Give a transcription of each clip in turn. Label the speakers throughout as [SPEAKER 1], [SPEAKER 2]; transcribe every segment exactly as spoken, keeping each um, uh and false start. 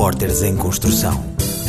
[SPEAKER 1] Repórteres em Construção.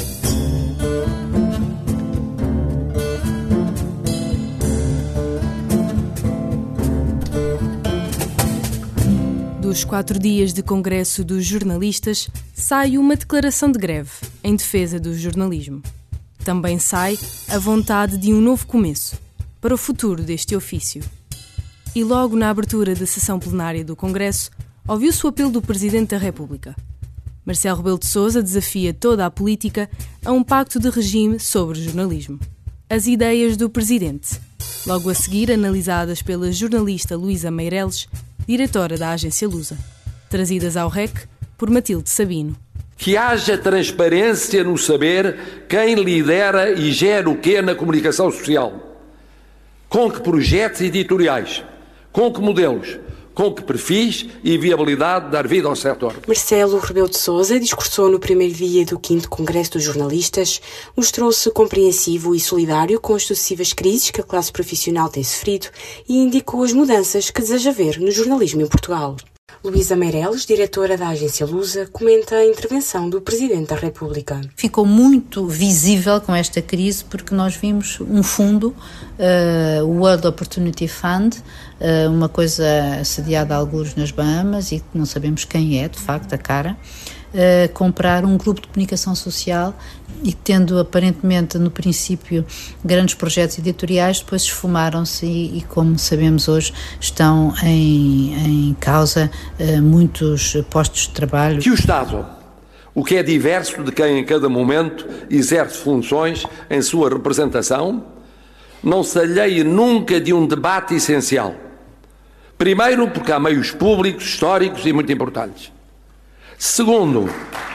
[SPEAKER 2] Dos quatro dias de Congresso dos Jornalistas, sai uma declaração de greve em defesa do jornalismo. Também sai a vontade de um novo começo para o futuro deste ofício. E logo na abertura da sessão plenária do Congresso, ouviu-se o apelo do Presidente da República. Marcelo Rebelo de Sousa desafia toda a política a um pacto de regime sobre o jornalismo. As ideias do Presidente, logo a seguir analisadas pela jornalista Luísa Meireles, diretora da agência Lusa, trazidas ao R E C por Matilde Sabino.
[SPEAKER 3] Que haja transparência no saber quem lidera e gera o quê na comunicação social. Com que projetos editoriais, com que modelos, com que perfis e viabilidade dar vida ao setor.
[SPEAKER 4] Marcelo Rebelo de Sousa discursou no primeiro dia do quinto Congresso dos Jornalistas, mostrou-se compreensivo e solidário com as sucessivas crises que a classe profissional tem sofrido e indicou as mudanças que deseja ver no jornalismo em Portugal. Luísa Meireles, diretora da agência Lusa, comenta a intervenção do Presidente da República.
[SPEAKER 5] Ficou muito visível com esta crise porque nós vimos um fundo, uh, o World Opportunity Fund, uh, uma coisa sediada a algures nas Bahamas e que não sabemos quem é, de facto, a cara, uh, comprar um grupo de comunicação social e tendo aparentemente no princípio grandes projetos editoriais, depois esfumaram-se e, e como sabemos hoje estão em, em causa uh, muitos postos de trabalho.
[SPEAKER 3] Que o Estado, o que é diverso de quem em cada momento exerce funções em sua representação, não se alheie nunca de um debate essencial. Primeiro, porque há meios públicos, históricos e muito importantes. Segundo,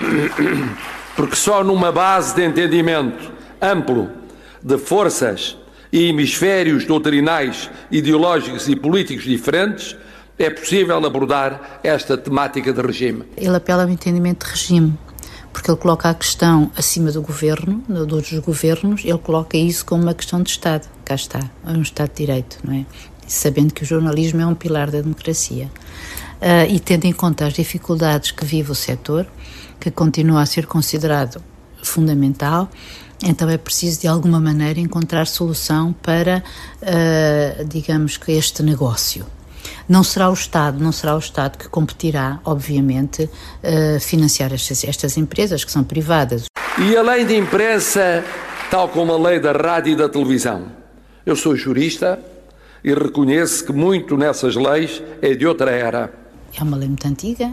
[SPEAKER 3] porque só numa base de entendimento amplo de forças e hemisférios doutrinais, ideológicos e políticos diferentes é possível abordar esta temática de regime.
[SPEAKER 5] Ele apela ao entendimento de regime, porque ele coloca a questão acima do governo, dos governos, ele coloca isso como uma questão de Estado. Cá está, é um Estado de Direito, não é? Sabendo que o jornalismo é um pilar da democracia. Uh, e tendo em conta as dificuldades que vive o setor, que continua a ser considerado fundamental, então é preciso de alguma maneira encontrar solução para, uh, digamos que este negócio. Não será o Estado, não será o Estado que competirá, obviamente, uh, financiar estas, estas empresas que são privadas.
[SPEAKER 3] E a lei de imprensa, tal como a lei da rádio e da televisão. Eu sou jurista e reconheço que muito nessas leis é de outra era.
[SPEAKER 5] É uma lei muito antiga,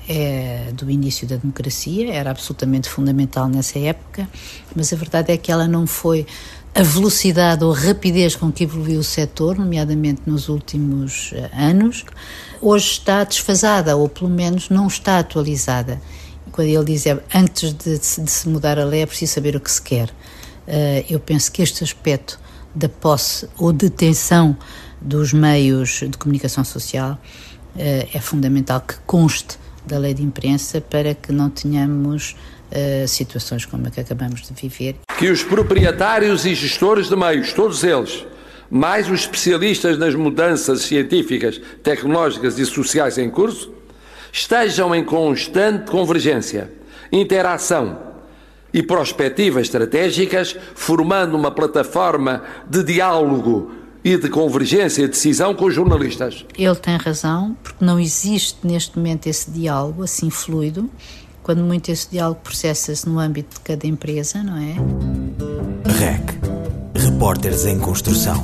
[SPEAKER 5] é do início da democracia, era absolutamente fundamental nessa época, mas a verdade é que ela não foi a velocidade ou a rapidez com que evoluiu o setor, nomeadamente nos últimos anos. Hoje está desfasada, ou pelo menos não está atualizada. Quando ele diz é, antes de, de se mudar a lei é preciso saber o que se quer. Eu penso que este aspecto da posse ou detenção dos meios de comunicação social é fundamental que conste da lei de imprensa para que não tenhamos uh, situações como a que acabamos de viver.
[SPEAKER 3] Que os proprietários e gestores de meios, todos eles, mais os especialistas nas mudanças científicas, tecnológicas e sociais em curso, estejam em constante convergência, interação e prospectivas estratégicas, formando uma plataforma de diálogo e de convergência e decisão com os jornalistas.
[SPEAKER 5] Ele tem razão, porque não existe neste momento esse diálogo assim fluido, quando muito esse diálogo processa-se no âmbito de cada empresa, não é?
[SPEAKER 1] R E C. Repórteres em Construção.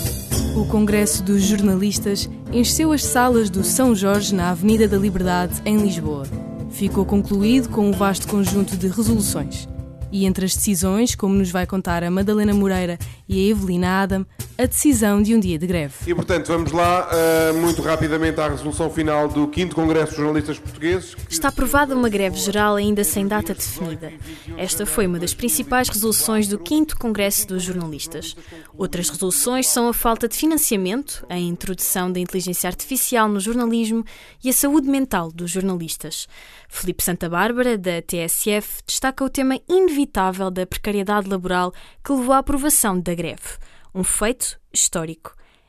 [SPEAKER 2] O Congresso dos Jornalistas encheu as salas do São Jorge na Avenida da Liberdade, em Lisboa. Ficou concluído com um vasto conjunto de resoluções. E entre as decisões, como nos vai contar a Madalena Moreira e a Evelina Adam, a decisão de um dia de greve.
[SPEAKER 6] E, portanto, vamos lá, uh, muito rapidamente, à resolução final do quinto Congresso de Jornalistas Portugueses.
[SPEAKER 7] Está aprovada uma greve geral ainda sem data definida. Esta foi uma das principais resoluções do quinto Congresso dos Jornalistas. Outras resoluções são a falta de financiamento, a introdução da inteligência artificial no jornalismo e a saúde mental dos jornalistas. Filipe Santa Bárbara, da T S F, destaca o tema inevitável da precariedade laboral que levou à aprovação da greve. Um feito histórico.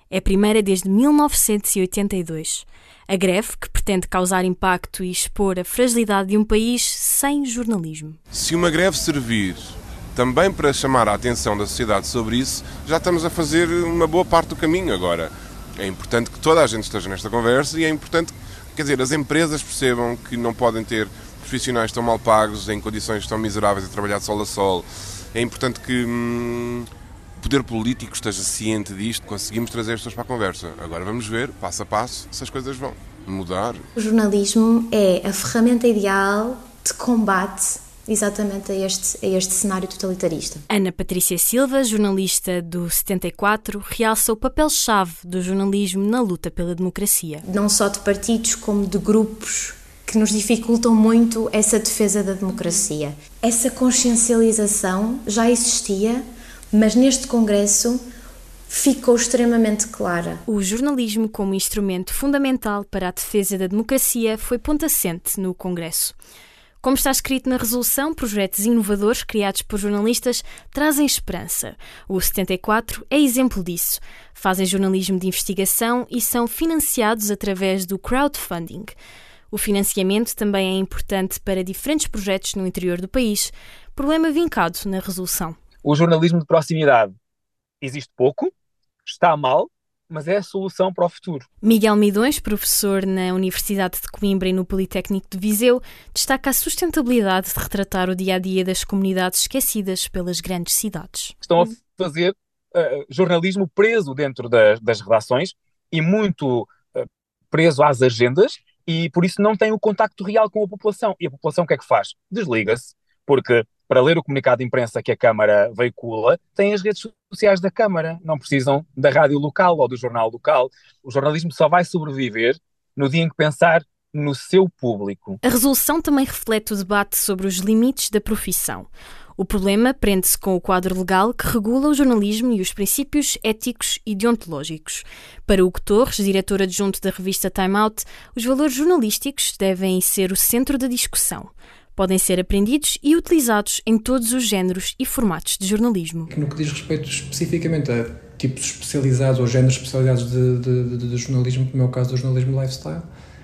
[SPEAKER 7] É a primeira desde mil novecentos e oitenta e dois. A greve, que pretende causar impacto e expor a fragilidade de um país sem jornalismo.
[SPEAKER 6] Se uma greve servir também para chamar a atenção da sociedade sobre isso, já estamos a fazer uma boa parte do caminho agora. É importante que toda a gente esteja nesta conversa e é importante, quer dizer, as empresas percebam que não podem ter profissionais tão mal pagos, em condições tão miseráveis, a trabalhar de sol a sol. É importante que hum, o poder político esteja ciente disto, conseguimos trazer as pessoas para a conversa. Agora vamos ver, passo a passo, se as coisas vão mudar.
[SPEAKER 8] O jornalismo é a ferramenta ideal de combate exatamente a este, a este cenário totalitarista.
[SPEAKER 7] Ana Patrícia Silva, jornalista do setenta e quatro, realça o papel-chave do jornalismo na luta pela democracia.
[SPEAKER 8] Não só de partidos, como de grupos que nos dificultam muito essa defesa da democracia. Essa consciencialização já existia, mas neste Congresso ficou extremamente clara.
[SPEAKER 7] O jornalismo como instrumento fundamental para a defesa da democracia foi ponto assente no Congresso. Como está escrito na resolução, projetos inovadores criados por jornalistas trazem esperança. O setenta e quatro é exemplo disso. Fazem jornalismo de investigação e são financiados através do crowdfunding. O financiamento também é importante para diferentes projetos no interior do país, problema vincado na resolução.
[SPEAKER 9] O jornalismo de proximidade existe pouco, está mal, mas é a solução para o futuro.
[SPEAKER 7] Miguel Midões, professor na Universidade de Coimbra e no Politécnico de Viseu, destaca a sustentabilidade de retratar o dia-a-dia das comunidades esquecidas pelas grandes cidades.
[SPEAKER 9] Estão a fazer uh, jornalismo preso dentro das, das redações e muito uh, preso às agendas e por isso não tem o contacto real com a população. E a população o que é que faz? Desliga-se, porque para ler o comunicado de imprensa que a Câmara veicula, tem as redes sociais da Câmara, não precisam da rádio local ou do jornal local. O jornalismo só vai sobreviver no dia em que pensar no seu público.
[SPEAKER 7] A resolução também reflete o debate sobre os limites da profissão. O problema prende-se com o quadro legal que regula o jornalismo e os princípios éticos e deontológicos. Para Hugo Torres, diretor adjunto da revista Time Out, os valores jornalísticos devem ser o centro da discussão. Podem ser aprendidos e utilizados em todos os géneros e formatos de jornalismo.
[SPEAKER 10] No que diz respeito especificamente a tipos especializados ou géneros especializados de, de, de, de jornalismo, como é o caso do jornalismo lifestyle,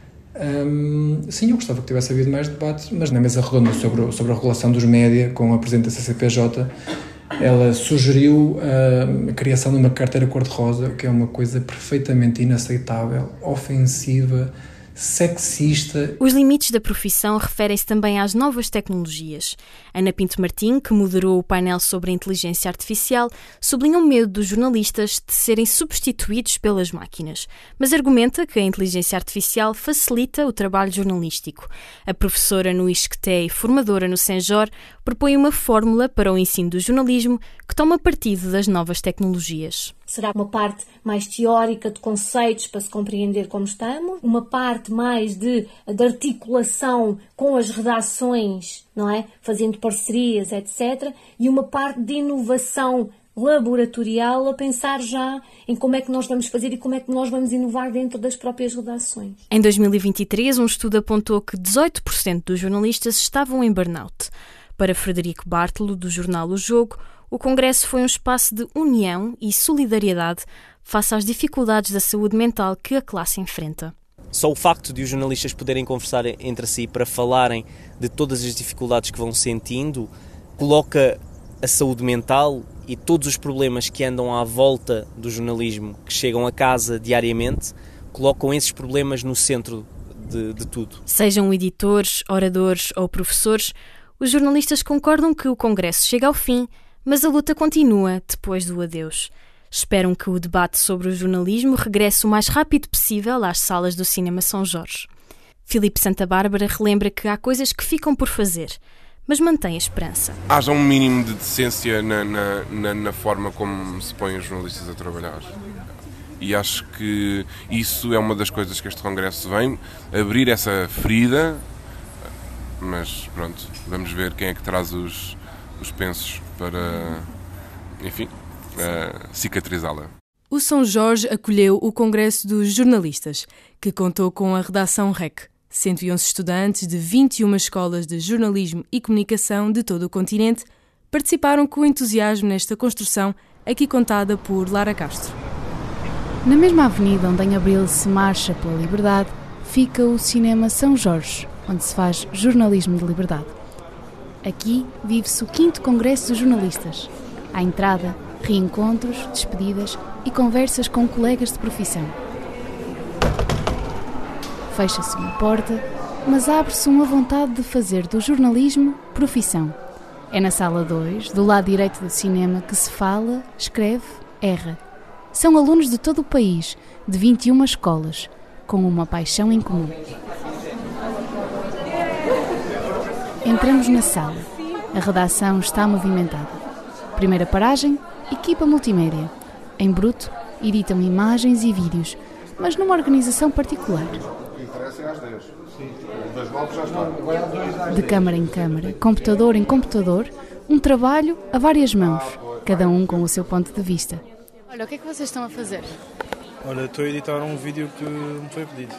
[SPEAKER 10] hum, sim, eu gostava que tivesse havido mais debate, mas na mesa redonda sobre, sobre a regulação dos média, com a presidente da C C P J, ela sugeriu uh, a criação de uma carteira cor-de-rosa, que é uma coisa perfeitamente inaceitável, ofensiva, sexista.
[SPEAKER 7] Os limites da profissão referem-se também às novas tecnologias. Ana Pinto Martim, que moderou o painel sobre a inteligência artificial, sublinha o medo dos jornalistas de serem substituídos pelas máquinas, mas argumenta que a inteligência artificial facilita o trabalho jornalístico. A professora no Isqueté e formadora no Senjor propõe uma fórmula para o ensino do jornalismo que toma partido das novas tecnologias.
[SPEAKER 11] Será uma parte mais teórica de conceitos para se compreender como estamos, uma parte mais de, de articulação com as redações, não é? Fazendo parcerias, etcétera. E uma parte de inovação laboratorial a pensar já em como é que nós vamos fazer e como é que nós vamos inovar dentro das próprias redações.
[SPEAKER 7] Em dois mil e vinte e três, um estudo apontou que dezoito por cento dos jornalistas estavam em burnout. Para Frederico Bartolo, do jornal O Jogo, o Congresso foi um espaço de união e solidariedade face às dificuldades da saúde mental que a classe enfrenta.
[SPEAKER 12] Só o facto de os jornalistas poderem conversar entre si para falarem de todas as dificuldades que vão sentindo, coloca a saúde mental e todos os problemas que andam à volta do jornalismo, que chegam a casa diariamente, colocam esses problemas no centro de, de tudo.
[SPEAKER 7] Sejam editores, oradores ou professores, os jornalistas concordam que o Congresso chega ao fim, mas a luta continua depois do adeus. Esperam que o debate sobre o jornalismo regresse o mais rápido possível às salas do Cinema São Jorge. Filipe Santa Bárbara relembra que há coisas que ficam por fazer, mas mantém a esperança.
[SPEAKER 6] Haja um mínimo de decência na, na, na, na forma como se põem os jornalistas a trabalhar. E acho que isso é uma das coisas que este Congresso vem, abrir essa ferida, mas pronto, vamos ver quem é que traz os, os pensos para, enfim, uh, cicatrizá-la.
[SPEAKER 2] O São Jorge acolheu o Congresso dos Jornalistas, que contou com a redação R E C, cento e onze estudantes de vinte e uma escolas de jornalismo e comunicação de todo o continente participaram com entusiasmo nesta construção, aqui contada por Lara Castro. Na mesma avenida onde em abril se marcha pela liberdade, fica o Cinema São Jorge, onde se faz jornalismo de liberdade. Aqui vive-se o quinto Congresso dos Jornalistas. À entrada, reencontros, despedidas e conversas com colegas de profissão. Fecha-se uma porta, mas abre-se uma vontade de fazer do jornalismo profissão. É na sala dois, do lado direito do cinema, que se fala, escreve, erra. São alunos de todo o país, de vinte e uma escolas, com uma paixão em comum. Entramos na sala. A redação está movimentada. Primeira paragem, equipa multimédia. Em bruto, editam imagens e vídeos, mas numa organização particular. De câmara em câmara, computador em computador, um trabalho a várias mãos, cada um com o seu ponto de vista. Olha, o que é que vocês estão a fazer?
[SPEAKER 13] Olha, estou a editar um vídeo que me foi pedido.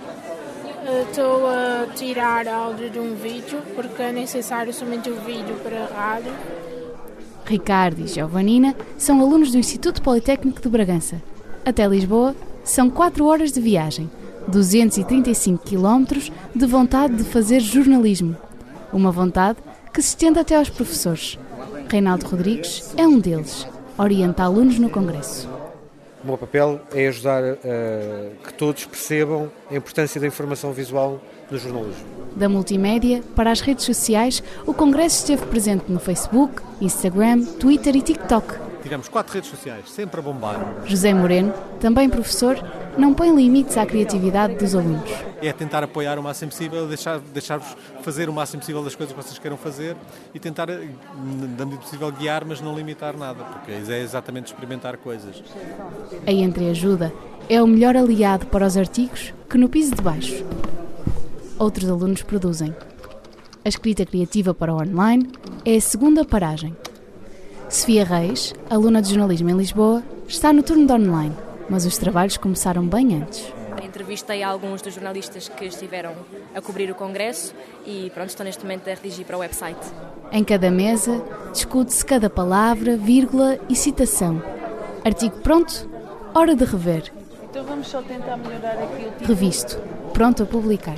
[SPEAKER 14] Estou a tirar áudio de um vídeo, porque é necessário somente o vídeo para a rádio.
[SPEAKER 2] Ricardo e Giovanina são alunos do Instituto Politécnico de Bragança. Até Lisboa são quatro horas de viagem, duzentos e trinta e cinco quilómetros de vontade de fazer jornalismo. Uma vontade que se estende até aos professores. Reinaldo Rodrigues é um deles, orienta alunos no Congresso.
[SPEAKER 15] O meu papel é ajudar uh, que todos percebam a importância da informação visual no jornalismo.
[SPEAKER 2] Da multimédia para as redes sociais, o Congresso esteve presente no Facebook, Instagram, Twitter e TikTok.
[SPEAKER 16] Tivemos quatro redes sociais, sempre a bombar.
[SPEAKER 2] José Moreno, também professor, não põe limites à criatividade dos alunos.
[SPEAKER 16] É tentar apoiar o máximo possível, deixar, deixar-vos fazer o máximo possível das coisas que vocês queiram fazer e tentar, da medida possível, guiar, mas não limitar nada, porque é exatamente experimentar coisas.
[SPEAKER 2] A entreajuda é o melhor aliado para os artigos que no piso de baixo outros alunos produzem. A escrita criativa para o online é a segunda paragem. Sofia Reis, aluna de jornalismo em Lisboa, está no turno de online, mas os trabalhos começaram bem antes.
[SPEAKER 17] Entrevistei alguns dos jornalistas que estiveram a cobrir o Congresso e pronto, estou neste momento a redigir para o website.
[SPEAKER 2] Em cada mesa, discute-se cada palavra, vírgula e citação. Artigo pronto, hora de rever.
[SPEAKER 18] Então vamos só tentar melhorar aqui o tipo.
[SPEAKER 2] Revisto, pronto a publicar.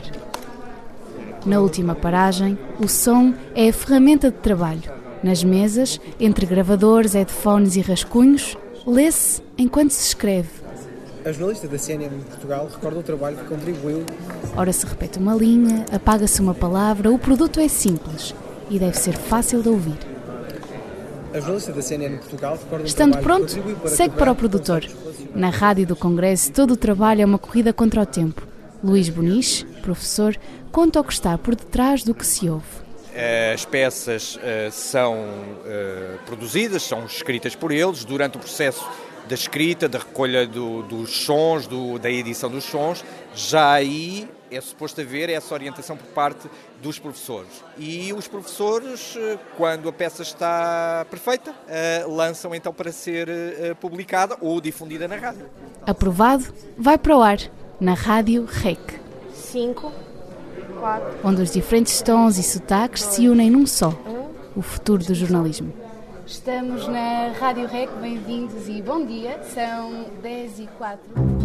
[SPEAKER 2] Na última paragem, o som é a ferramenta de trabalho. Nas mesas, entre gravadores, headphones e rascunhos, lê-se enquanto se escreve.
[SPEAKER 19] A jornalista da C N N de Portugal recorda o trabalho que contribuiu.
[SPEAKER 2] Ora se repete uma linha, apaga-se uma palavra, o produto é simples e deve ser fácil de ouvir.
[SPEAKER 19] A jornalista da C N N de Portugal recorda
[SPEAKER 2] Estando
[SPEAKER 19] um
[SPEAKER 2] pronto,
[SPEAKER 19] para
[SPEAKER 2] segue para o produtor. Na rádio do Congresso, todo o trabalho é uma corrida contra o tempo. Luís Boniche, professor, conta o que está por detrás do que se ouve.
[SPEAKER 20] As peças uh, são uh, produzidas, são escritas por eles durante o processo da escrita, da recolha do, dos sons, do, da edição dos sons. Já aí é suposto haver essa orientação por parte dos professores. E os professores, quando a peça está perfeita, uh, lançam então para ser uh, publicada ou difundida na rádio.
[SPEAKER 2] Aprovado, vai para o ar, na Rádio R E C.
[SPEAKER 14] Cinco. Quatro.
[SPEAKER 2] Onde os diferentes tons e sotaques se unem num só, o futuro do jornalismo.
[SPEAKER 21] Estamos na Rádio R E C, bem-vindos e bom dia, são dez e quatro.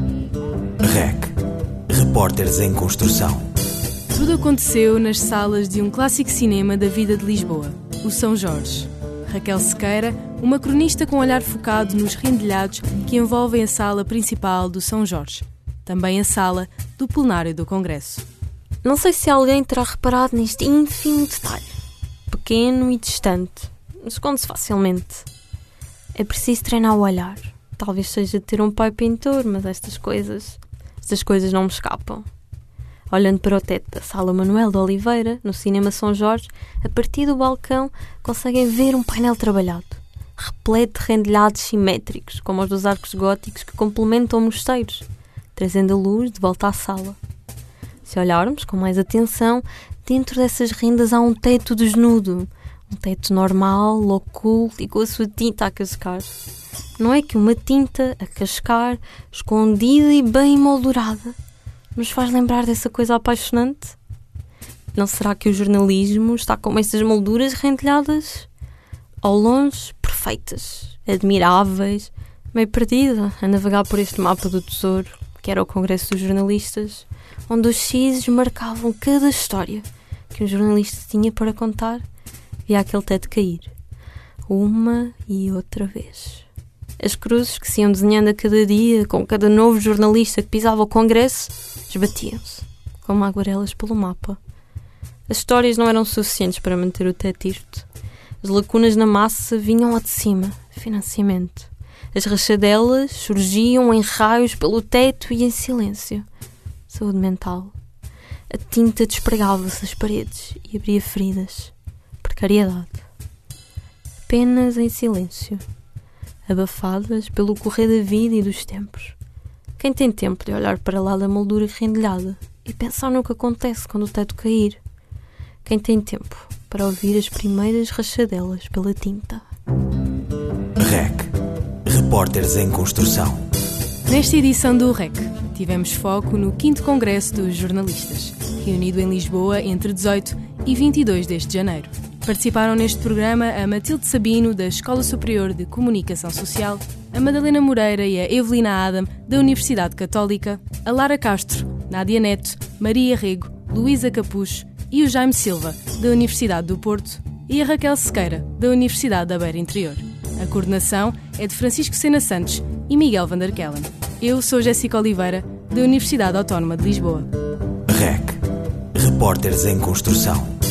[SPEAKER 1] R E C, Repórteres em Construção.
[SPEAKER 2] Tudo aconteceu nas salas de um clássico cinema da vida de Lisboa, o São Jorge. Raquel Sequeira, uma cronista com olhar focado nos rendilhados que envolvem a sala principal do São Jorge, também a sala do plenário do Congresso.
[SPEAKER 22] Não sei se alguém terá reparado neste ínfimo detalhe, pequeno e distante, esconde-se facilmente. É preciso treinar o olhar. Talvez seja ter um pai pintor, mas estas coisas, estas coisas não me escapam. Olhando para o teto da Sala Manuel de Oliveira, no Cinema São Jorge, a partir do balcão conseguem ver um painel trabalhado, repleto de rendilhados simétricos, como os dos arcos góticos que complementam mosteiros, trazendo a luz de volta à sala. Se olharmos com mais atenção, dentro dessas rendas há um teto desnudo, um teto normal, oculto e com a sua tinta a cascar. Não é que uma tinta a cascar, escondida e bem emoldurada, nos faz lembrar dessa coisa apaixonante? Não será que o jornalismo está com essas molduras rendilhadas? Ao longe, perfeitas, admiráveis, meio perdida a navegar por este mapa do tesouro, que era o Congresso dos Jornalistas, onde os X's marcavam cada história que um jornalista tinha para contar, via aquele teto cair, uma e outra vez. As cruzes que se iam desenhando a cada dia, com cada novo jornalista que pisava o Congresso, esbatiam-se, como aguarelas pelo mapa. As histórias não eram suficientes para manter o teto irto. As lacunas na massa vinham lá de cima, financiamento. As rachadelas surgiam em raios pelo teto e em silêncio. Saúde mental. A tinta despregava-se das paredes e abria feridas. Precariedade. Apenas em silêncio. Abafadas pelo correr da vida e dos tempos. Quem tem tempo de olhar para lá da moldura rendilhada e pensar no que acontece quando o teto cair? Quem tem tempo para ouvir as primeiras rachadelas pela tinta?
[SPEAKER 1] R E C. Repórteres em Construção.
[SPEAKER 2] Nesta edição do R E C, tivemos foco no quinto Congresso dos Jornalistas, reunido em Lisboa entre dezoito e vinte e dois deste janeiro. Participaram neste programa a Matilde Sabino, da Escola Superior de Comunicação Social, a Madalena Moreira e a Evelina Adam, da Universidade Católica, a Lara Castro, Nádia Neto, Maria Rego, Luísa Capucho e o Jaime Silva, da Universidade do Porto, e a Raquel Sequeira, da Universidade da Beira Interior. A coordenação é de Francisco Sena Santos e Miguel van der Kellen. Eu sou Jéssica Oliveira, da Universidade Autónoma de Lisboa.
[SPEAKER 1] R E C. Repórteres em Construção.